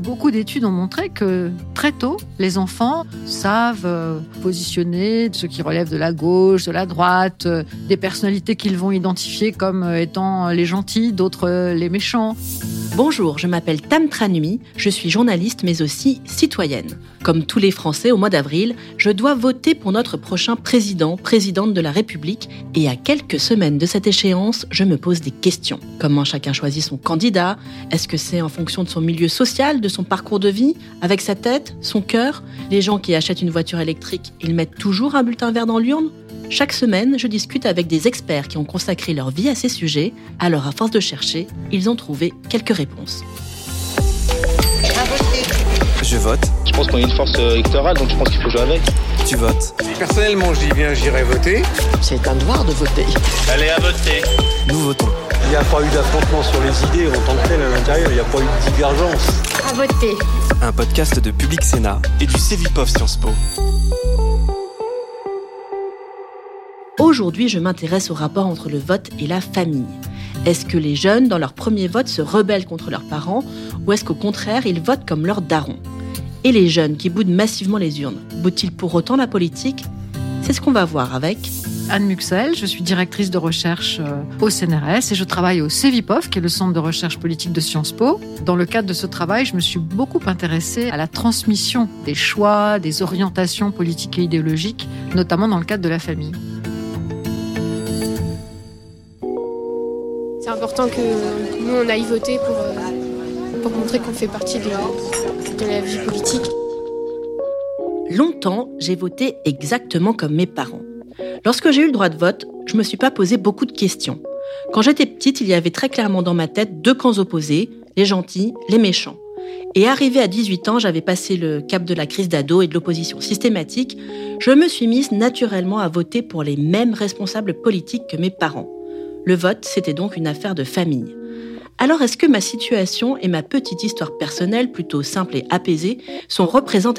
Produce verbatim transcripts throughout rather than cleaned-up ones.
Beaucoup d'études ont montré que très tôt, les enfants savent euh, positionner ceux qui relèvent de la gauche, de la droite, euh, des personnalités qu'ils vont identifier comme euh, étant les gentils, d'autres euh, les méchants. Bonjour, je m'appelle Tam Tranui, je suis journaliste mais aussi citoyenne. Comme tous les Français, au mois d'avril, je dois voter pour notre prochain président, présidente de la République. Et à quelques semaines de cette échéance, je me pose des questions. Comment chacun choisit son candidat ? Est-ce que c'est en fonction de son milieu social, de son parcours de vie ? Avec sa tête, son cœur ? Les gens qui achètent une voiture électrique, ils mettent toujours un bulletin vert dans l'urne ? Chaque semaine, je discute avec des experts qui ont consacré leur vie à ces sujets. Alors, à force de chercher, ils ont trouvé quelques réponses. Je vote. Je pense qu'on est une force électorale, donc je pense qu'il faut jouer avec. Tu votes. Personnellement, je dis bien, j'irai voter. C'est un devoir de voter. Allez, à voter. Nous votons. Il n'y a pas eu d'affrontement sur les idées en tant que tel à l'intérieur, il n'y a pas eu de divergence. À voter. Un podcast de Public Sénat et du Cevipof Sciences Po. Aujourd'hui, je m'intéresse au rapport entre le vote et la famille. Est-ce que les jeunes, dans leur premier vote, se rebellent contre leurs parents ou est-ce qu'au contraire, ils votent comme leurs darons ? Et les jeunes qui boudent massivement les urnes, boudent-ils pour autant la politique ? C'est ce qu'on va voir avec Anne Muxel, je suis directrice de recherche au C N R S et je travaille au Cevipof, qui est le centre de recherche politique de Sciences Po. Dans le cadre de ce travail, je me suis beaucoup intéressée à la transmission des choix, des orientations politiques et idéologiques, notamment dans le cadre de la famille. C'est important que nous, on aille voter pour, euh, pour montrer qu'on fait partie de, de la vie politique. Longtemps, j'ai voté exactement comme mes parents. Lorsque j'ai eu le droit de vote, je me suis pas posé beaucoup de questions. Quand j'étais petite, il y avait très clairement dans ma tête deux camps opposés, les gentils, les méchants. Et arrivé à dix-huit ans, j'avais passé le cap de la crise d'ado et de l'opposition systématique. Je me suis mise naturellement à voter pour les mêmes responsables politiques que mes parents. Le vote, c'était donc une affaire de famille. Alors, est-ce que ma situation et ma petite histoire personnelle, plutôt simple et apaisée, sont représentatives ?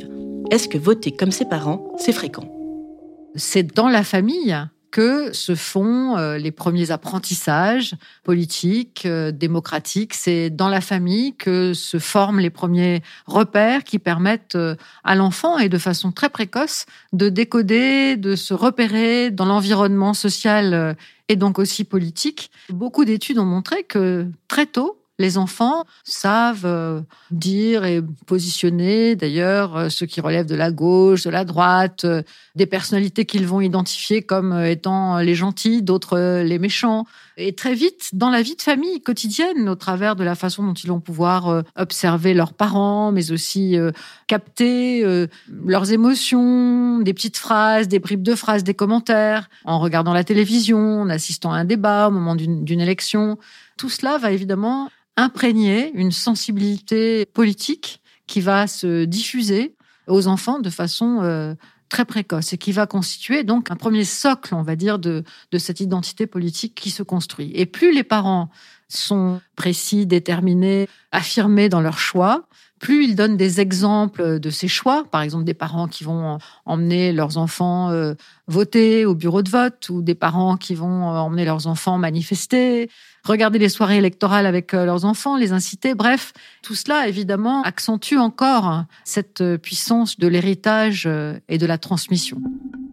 Est-ce que voter comme ses parents, c'est fréquent ? C'est dans la famille que se font euh, les premiers apprentissages politiques, euh, démocratiques. C'est dans la famille que se forment les premiers repères qui permettent euh, à l'enfant, et de façon très précoce, de décoder, de se repérer dans l'environnement social euh, et donc aussi politique. Beaucoup d'études ont montré que très tôt, les enfants savent euh, dire et positionner, d'ailleurs, euh, ceux qui relèvent de la gauche, de la droite, euh, des personnalités qu'ils vont identifier comme euh, étant les gentils, d'autres euh, les méchants. Et très vite, dans la vie de famille quotidienne, au travers de la façon dont ils vont pouvoir euh, observer leurs parents, mais aussi euh, capter euh, leurs émotions, des petites phrases, des bribes de phrases, des commentaires, en regardant la télévision, en assistant à un débat au moment d'une, d'une élection. Tout cela va évidemment imprégner une sensibilité politique qui va se diffuser aux enfants de façon euh, très précoce et qui va constituer donc un premier socle, on va dire, de, de cette identité politique qui se construit. Et plus les parents sont précis, déterminés, affirmés dans leurs choix, plus ils donnent des exemples de ces choix, par exemple des parents qui vont emmener leurs enfants euh, voter au bureau de vote, ou des parents qui vont emmener leurs enfants manifester, regarder les soirées électorales avec leurs enfants, les inciter. Bref, tout cela, évidemment, accentue encore cette puissance de l'héritage et de la transmission.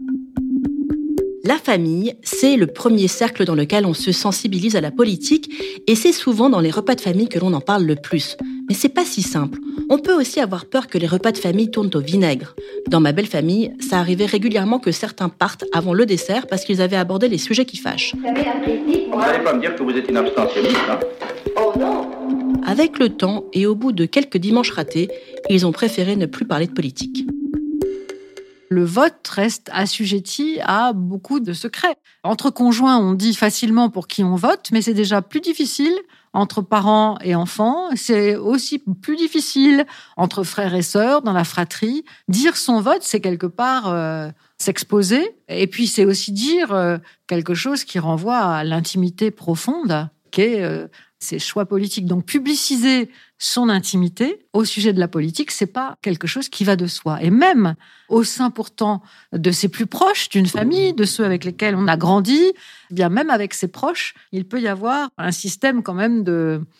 La famille, c'est le premier cercle dans lequel on se sensibilise à la politique et c'est souvent dans les repas de famille que l'on en parle le plus. Mais c'est pas si simple. On peut aussi avoir peur que les repas de famille tournent au vinaigre. Dans ma belle famille, ça arrivait régulièrement que certains partent avant le dessert parce qu'ils avaient abordé les sujets qui fâchent. Vous n'allez pas me dire que vous êtes une abstentionniste, hein ? Oh non ! Avec le temps et au bout de quelques dimanches ratés, ils ont préféré ne plus parler de politique. Le vote reste assujetti à beaucoup de secrets. Entre conjoints, on dit facilement pour qui on vote, mais c'est déjà plus difficile entre parents et enfants. C'est aussi plus difficile entre frères et sœurs, dans la fratrie. Dire son vote, c'est quelque part euh, s'exposer. Et puis, c'est aussi dire euh, quelque chose qui renvoie à l'intimité profonde, qu'est euh, ses choix politiques. Donc, publiciser son intimité au sujet de la politique, c'est pas quelque chose qui va de soi. Et même au sein pourtant de ses plus proches, d'une famille, de ceux avec lesquels on a grandi, bien même avec ses proches, il peut y avoir un système quand même de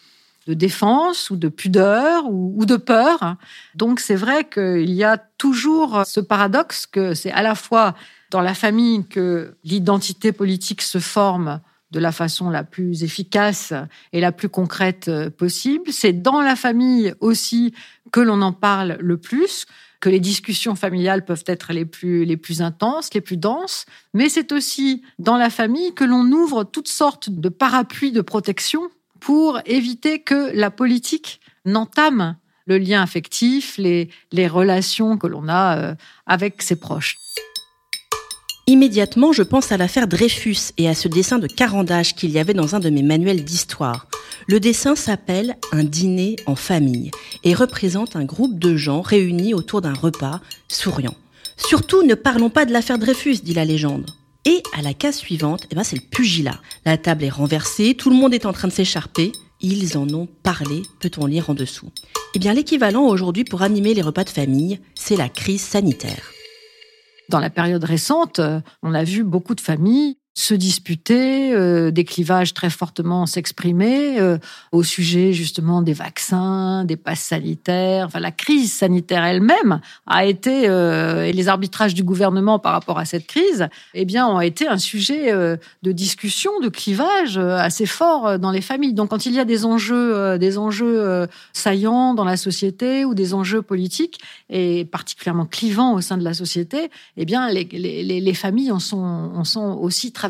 de défense ou de pudeur ou, ou de peur. Donc c'est vrai qu'il y a toujours ce paradoxe que c'est à la fois dans la famille que l'identité politique se forme de la façon la plus efficace et la plus concrète possible. C'est dans la famille aussi que l'on en parle le plus, que les discussions familiales peuvent être les plus, les plus intenses, les plus denses, mais c'est aussi dans la famille que l'on ouvre toutes sortes de parapluies de protection pour éviter que la politique n'entame le lien affectif, les, les relations que l'on a avec ses proches. Immédiatement, je pense à l'affaire Dreyfus et à ce dessin de Caran d'Ache qu'il y avait dans un de mes manuels d'histoire. Le dessin s'appelle « Un dîner en famille » et représente un groupe de gens réunis autour d'un repas, souriant. « Surtout, ne parlons pas de l'affaire Dreyfus », dit la légende. Et à la case suivante, eh ben, c'est le pugilat. La table est renversée, tout le monde est en train de s'écharper. Ils en ont parlé, peut-on lire en dessous. Eh bien, l'équivalent aujourd'hui pour animer les repas de famille, c'est la crise sanitaire. Dans la période récente, on a vu beaucoup de familles se disputer, euh, des clivages très fortement s'exprimer euh, au sujet justement des vaccins, des passes sanitaires. Enfin, la crise sanitaire elle-même a été, euh, et les arbitrages du gouvernement par rapport à cette crise, eh bien, ont été un sujet euh, de discussion, de clivage euh, assez fort dans les familles. Donc, quand il y a des enjeux, euh, des enjeux euh, saillants dans la société ou des enjeux politiques et particulièrement clivants au sein de la société, eh bien, les, les, les familles en sont, en sont aussi traversées.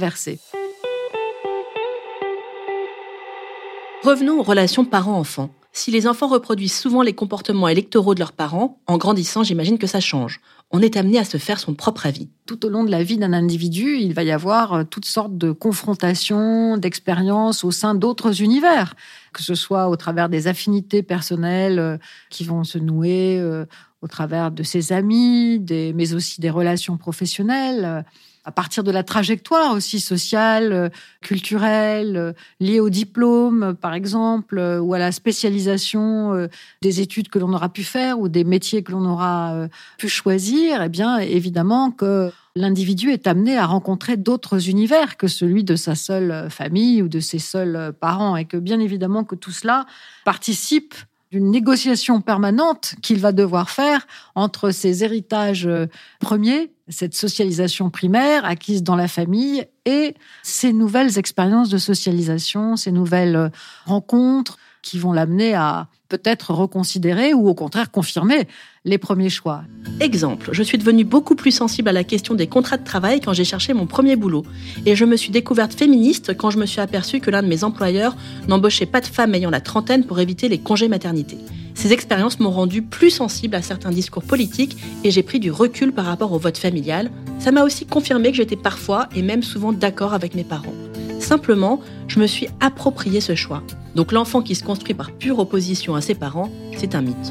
Revenons aux relations parents-enfants. Si les enfants reproduisent souvent les comportements électoraux de leurs parents, en grandissant, j'imagine que ça change. On est amené à se faire son propre avis. Tout au long de la vie d'un individu, il va y avoir toutes sortes de confrontations, d'expériences au sein d'autres univers, que ce soit au travers des affinités personnelles qui vont se nouer, au travers de ses amis, des, mais aussi des relations professionnelles, à partir de la trajectoire aussi sociale, culturelle, liée au diplôme, par exemple, ou à la spécialisation des études que l'on aura pu faire ou des métiers que l'on aura pu choisir, eh bien, évidemment que l'individu est amené à rencontrer d'autres univers que celui de sa seule famille ou de ses seuls parents, et que bien évidemment que tout cela participe d'une négociation permanente qu'il va devoir faire entre ses héritages premiers, cette socialisation primaire acquise dans la famille, et ces nouvelles expériences de socialisation, ces nouvelles rencontres qui vont l'amener à peut-être reconsidérer ou au contraire confirmer les premiers choix. Exemple, je suis devenue beaucoup plus sensible à la question des contrats de travail quand j'ai cherché mon premier boulot. Et je me suis découverte féministe quand je me suis aperçue que l'un de mes employeurs n'embauchait pas de femmes ayant la trentaine pour éviter les congés maternité. Ces expériences m'ont rendue plus sensible à certains discours politiques et j'ai pris du recul par rapport au vote familial. Ça m'a aussi confirmé que j'étais parfois et même souvent d'accord avec mes parents. Simplement, je me suis approprié ce choix. Donc l'enfant qui se construit par pure opposition à ses parents, c'est un mythe.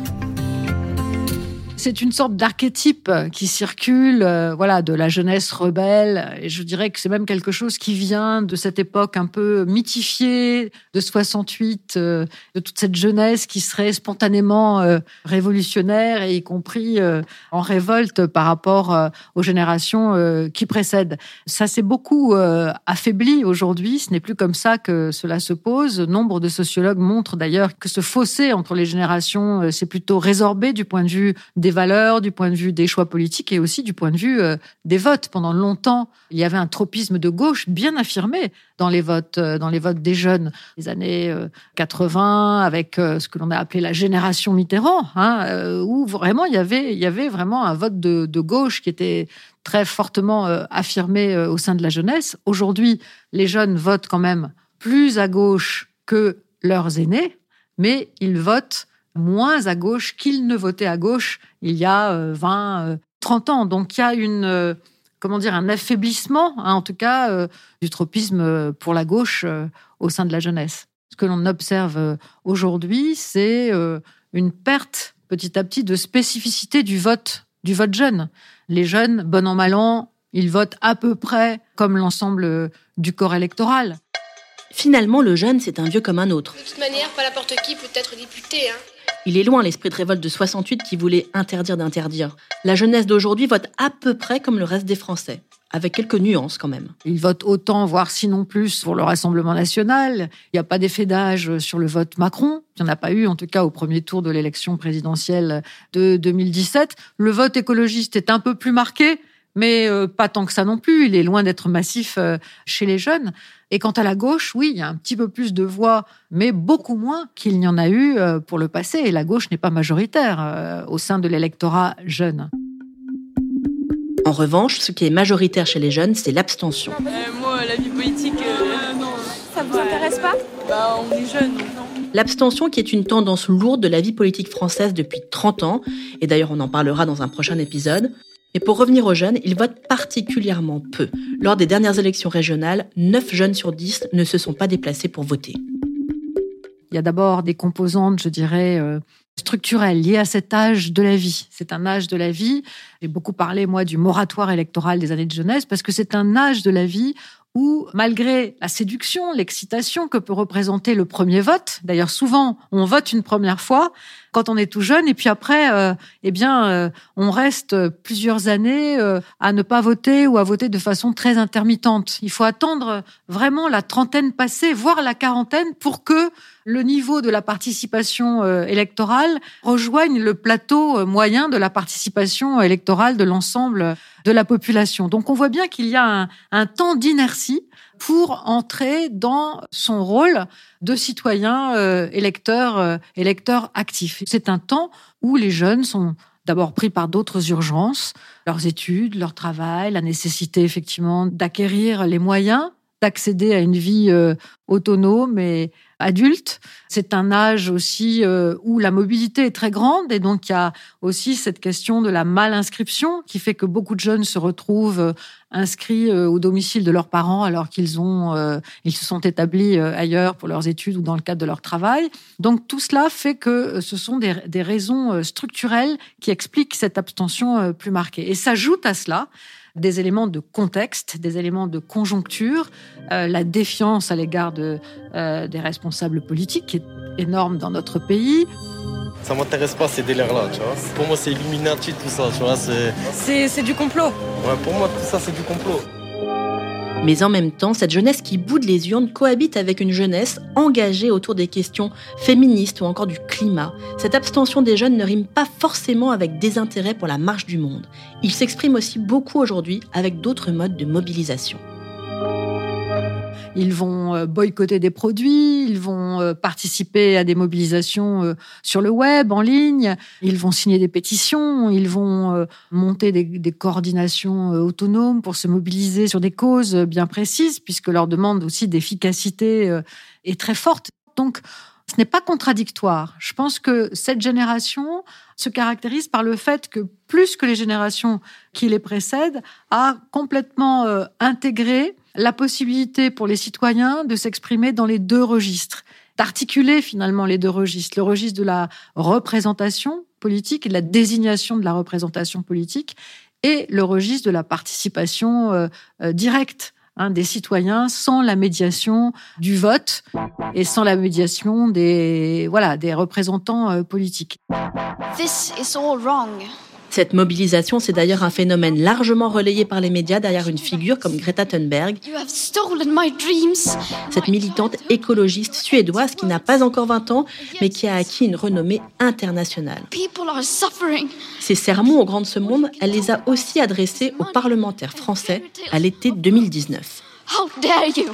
C'est une sorte d'archétype qui circule, euh, voilà, de la jeunesse rebelle. Et je dirais que c'est même quelque chose qui vient de cette époque un peu mythifiée de soixante-huit, euh, de toute cette jeunesse qui serait spontanément euh, révolutionnaire et y compris euh, en révolte par rapport euh, aux générations euh, qui précèdent. Ça s'est beaucoup euh, affaibli aujourd'hui. Ce n'est plus comme ça que cela se pose. Nombre de sociologues montrent d'ailleurs que ce fossé entre les générations euh, s'est plutôt résorbé du point de vue des valeurs, du point de vue des choix politiques et aussi du point de vue euh, des votes. Pendant longtemps, il y avait un tropisme de gauche bien affirmé dans les votes, euh, dans les votes des jeunes. Les années euh, quatre-vingts, avec euh, ce que l'on a appelé la génération Mitterrand, hein, euh, où vraiment il y avait, il y avait vraiment un vote de, de gauche qui était très fortement euh, affirmé euh, au sein de la jeunesse. Aujourd'hui, les jeunes votent quand même plus à gauche que leurs aînés, mais ils votent moins à gauche qu'ils ne votaient à gauche il y a vingt, trente ans. Donc il y a une, comment dire, un affaiblissement, hein, en tout cas, euh, du tropisme pour la gauche euh, au sein de la jeunesse. Ce que l'on observe aujourd'hui, c'est euh, une perte petit à petit de spécificité du vote, du vote jeune. Les jeunes, bon an mal an, ils votent à peu près comme l'ensemble du corps électoral. Finalement, le jeune, c'est un vieux comme un autre. De toute manière, pas n'importe qui peut être député, hein. Il est loin l'esprit de révolte de soixante-huit qui voulait interdire d'interdire. La jeunesse d'aujourd'hui vote à peu près comme le reste des Français. avec quelques nuances quand même. Ils votent autant, voire sinon plus, pour le Rassemblement national. Il n'y a pas d'effet d'âge sur le vote Macron. Il n'y en a pas eu, en tout cas, au premier tour de l'élection présidentielle de deux mille dix-sept. Le vote écologiste est un peu plus marqué, mais euh, pas tant que ça non plus. Il est loin d'être massif euh, chez les jeunes. Et quant à la gauche, oui, il y a un petit peu plus de voix, mais beaucoup moins qu'il n'y en a eu euh, pour le passé. Et la gauche n'est pas majoritaire euh, au sein de l'électorat jeune. En revanche, ce qui est majoritaire chez les jeunes, c'est l'abstention. Euh, moi, la vie politique, euh, non. Ça vous intéresse pas ? Bah, on est jeunes, donc non. L'abstention qui est une tendance lourde de la vie politique française depuis trente ans, et d'ailleurs on en parlera dans un prochain épisode. Et pour revenir aux jeunes, ils votent particulièrement peu. Lors des dernières élections régionales, neuf jeunes sur dix ne se sont pas déplacés pour voter. Il y a d'abord des composantes, je dirais, euh, structurelles liées à cet âge de la vie. C'est un âge de la vie. J'ai beaucoup parlé, moi, du moratoire électoral des années de jeunesse, parce que c'est un âge de la vie où, malgré la séduction, l'excitation que peut représenter le premier vote, d'ailleurs souvent on vote une première fois quand on est tout jeune, et puis après, euh, eh bien, euh, on reste plusieurs années euh, à ne pas voter ou à voter de façon très intermittente. Il faut attendre vraiment la trentaine passée, voire la quarantaine, pour que le niveau de la participation euh, électorale rejoigne le plateau euh, moyen de la participation électorale de l'ensemble de la population. Donc on voit bien qu'il y a un, un temps d'inertie pour entrer dans son rôle de citoyen euh, électeur, euh, électeur actif. C'est un temps où les jeunes sont d'abord pris par d'autres urgences, leurs études, leur travail, la nécessité effectivement d'acquérir les moyens d'accéder à une vie euh, autonome et adulte. C'est un âge aussi euh, où la mobilité est très grande, et donc il y a aussi cette question de la mal-inscription qui fait que beaucoup de jeunes se retrouvent euh, inscrits euh, au domicile de leurs parents alors qu'ils ont, euh, ils se sont établis euh, ailleurs pour leurs études ou dans le cadre de leur travail. Donc tout cela fait que ce sont des, des raisons euh, structurelles qui expliquent cette abstention euh, plus marquée. Et s'ajoute à cela des éléments de contexte, des éléments de conjoncture, euh, la défiance à l'égard de, euh, des responsables politiques qui est énorme dans notre pays. Ça m'intéresse pas ces délires-là, tu vois. Pour moi, c'est Illuminati, tout ça, tu vois. C'est... C'est, c'est du complot. Ouais, pour moi, tout ça, c'est du complot. Mais en même temps, cette jeunesse qui boude les urnes cohabite avec une jeunesse engagée autour des questions féministes ou encore du climat. Cette abstention des jeunes ne rime pas forcément avec désintérêt pour la marche du monde. Il s'exprime aussi beaucoup aujourd'hui avec d'autres modes de mobilisation. Ils vont boycotter des produits, ils vont participer à des mobilisations sur le web, en ligne, ils vont signer des pétitions, ils vont monter des, des coordinations autonomes pour se mobiliser sur des causes bien précises, puisque leur demande aussi d'efficacité est très forte. Donc, ce n'est pas contradictoire. Je pense que cette génération se caractérise par le fait que, plus que les générations qui les précèdent, a complètement euh, intégré la possibilité pour les citoyens de s'exprimer dans les deux registres, d'articuler finalement les deux registres, le registre de la représentation politique et de la désignation de la représentation politique, et le registre de la participation euh, euh, directe Hein, des citoyens sans la médiation du vote et sans la médiation des, voilà, des représentants euh, politiques. This is all wrong. Cette mobilisation, c'est d'ailleurs un phénomène largement relayé par les médias derrière une figure comme Greta Thunberg. You have stolen my dreams. Cette militante écologiste suédoise qui n'a pas encore vingt ans, mais qui a acquis une renommée internationale. People are suffering. Ces sermons au grand de ce monde, elle les a aussi adressés aux parlementaires français à l'été deux mille dix-neuf. How dare you?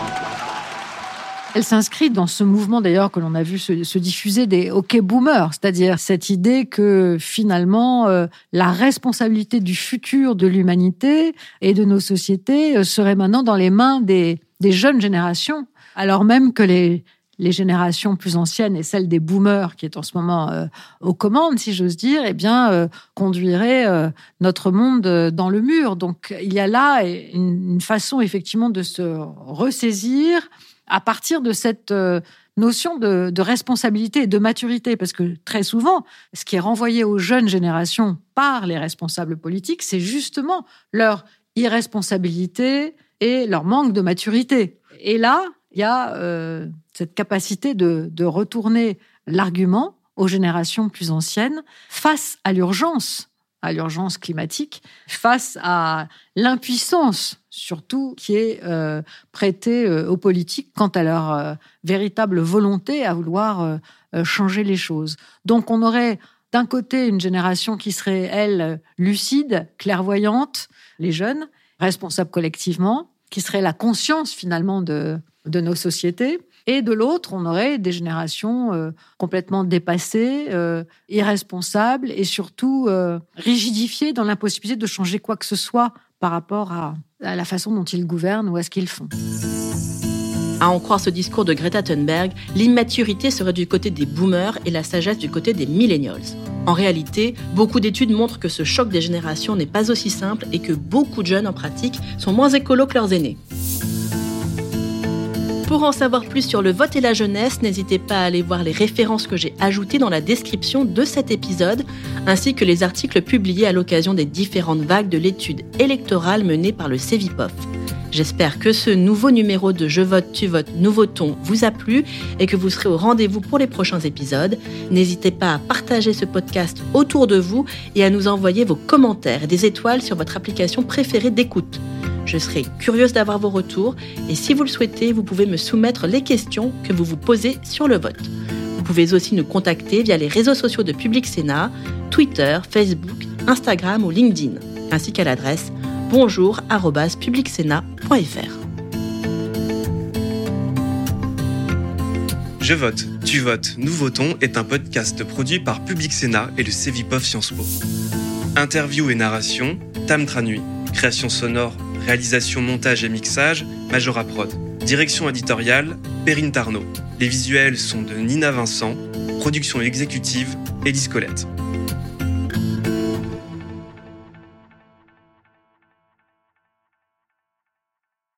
Elle s'inscrit dans ce mouvement d'ailleurs que l'on a vu se, se diffuser des hockey boomers, c'est-à-dire cette idée que finalement euh, la responsabilité du futur de l'humanité et de nos sociétés euh, serait maintenant dans les mains des, des jeunes générations, alors même que les, les générations plus anciennes et celles des boomers qui est en ce moment euh, aux commandes, si j'ose dire, eh bien euh, conduiraient euh, notre monde dans le mur. Donc il y a là une, une façon effectivement de se ressaisir à partir de cette notion de, de responsabilité et de maturité. Parce que très souvent, ce qui est renvoyé aux jeunes générations par les responsables politiques, c'est justement leur irresponsabilité et leur manque de maturité. Et là, il y a euh, cette capacité de, de retourner l'argument aux générations plus anciennes face à l'urgence à l'urgence climatique, face à l'impuissance, surtout, qui est euh, prêtée euh, aux politiques quant à leur euh, véritable volonté à vouloir euh, euh, changer les choses. Donc, on aurait d'un côté une génération qui serait, elle, lucide, clairvoyante, les jeunes, responsables collectivement, qui serait la conscience, finalement, de, de nos sociétés. Et de l'autre, on aurait des générations euh, complètement dépassées, euh, irresponsables et surtout euh, rigidifiées dans l'impossibilité de changer quoi que ce soit par rapport à, à la façon dont ils gouvernent ou à ce qu'ils font. À en croire ce discours de Greta Thunberg, l'immaturité serait du côté des boomers et la sagesse du côté des millennials. En réalité, beaucoup d'études montrent que ce choc des générations n'est pas aussi simple et que beaucoup de jeunes en pratique sont moins écolos que leurs aînés. Pour en savoir plus sur le vote et la jeunesse, n'hésitez pas à aller voir les références que j'ai ajoutées dans la description de cet épisode, ainsi que les articles publiés à l'occasion des différentes vagues de l'étude électorale menée par le Cevipof. J'espère que ce nouveau numéro de Je vote, tu votes, nous votons vous a plu et que vous serez au rendez-vous pour les prochains épisodes. N'hésitez pas à partager ce podcast autour de vous et à nous envoyer vos commentaires et des étoiles sur votre application préférée d'écoute. Je serai curieuse d'avoir vos retours et si vous le souhaitez, vous pouvez me soumettre les questions que vous vous posez sur le vote. Vous pouvez aussi nous contacter via les réseaux sociaux de Public Sénat, Twitter, Facebook, Instagram ou LinkedIn, ainsi qu'à l'adresse bonjour arobase public sénat point f r. Je vote, tu votes, nous votons est un podcast produit par Public Sénat et le Cevipof Sciences Po. Interview et narration, Tam Tranui. Création sonore, réalisation, montage et mixage, Majora Prod. Direction éditoriale, Perrine Tarnot. Les visuels sont de Nina Vincent. Production exécutive, Élise Colette.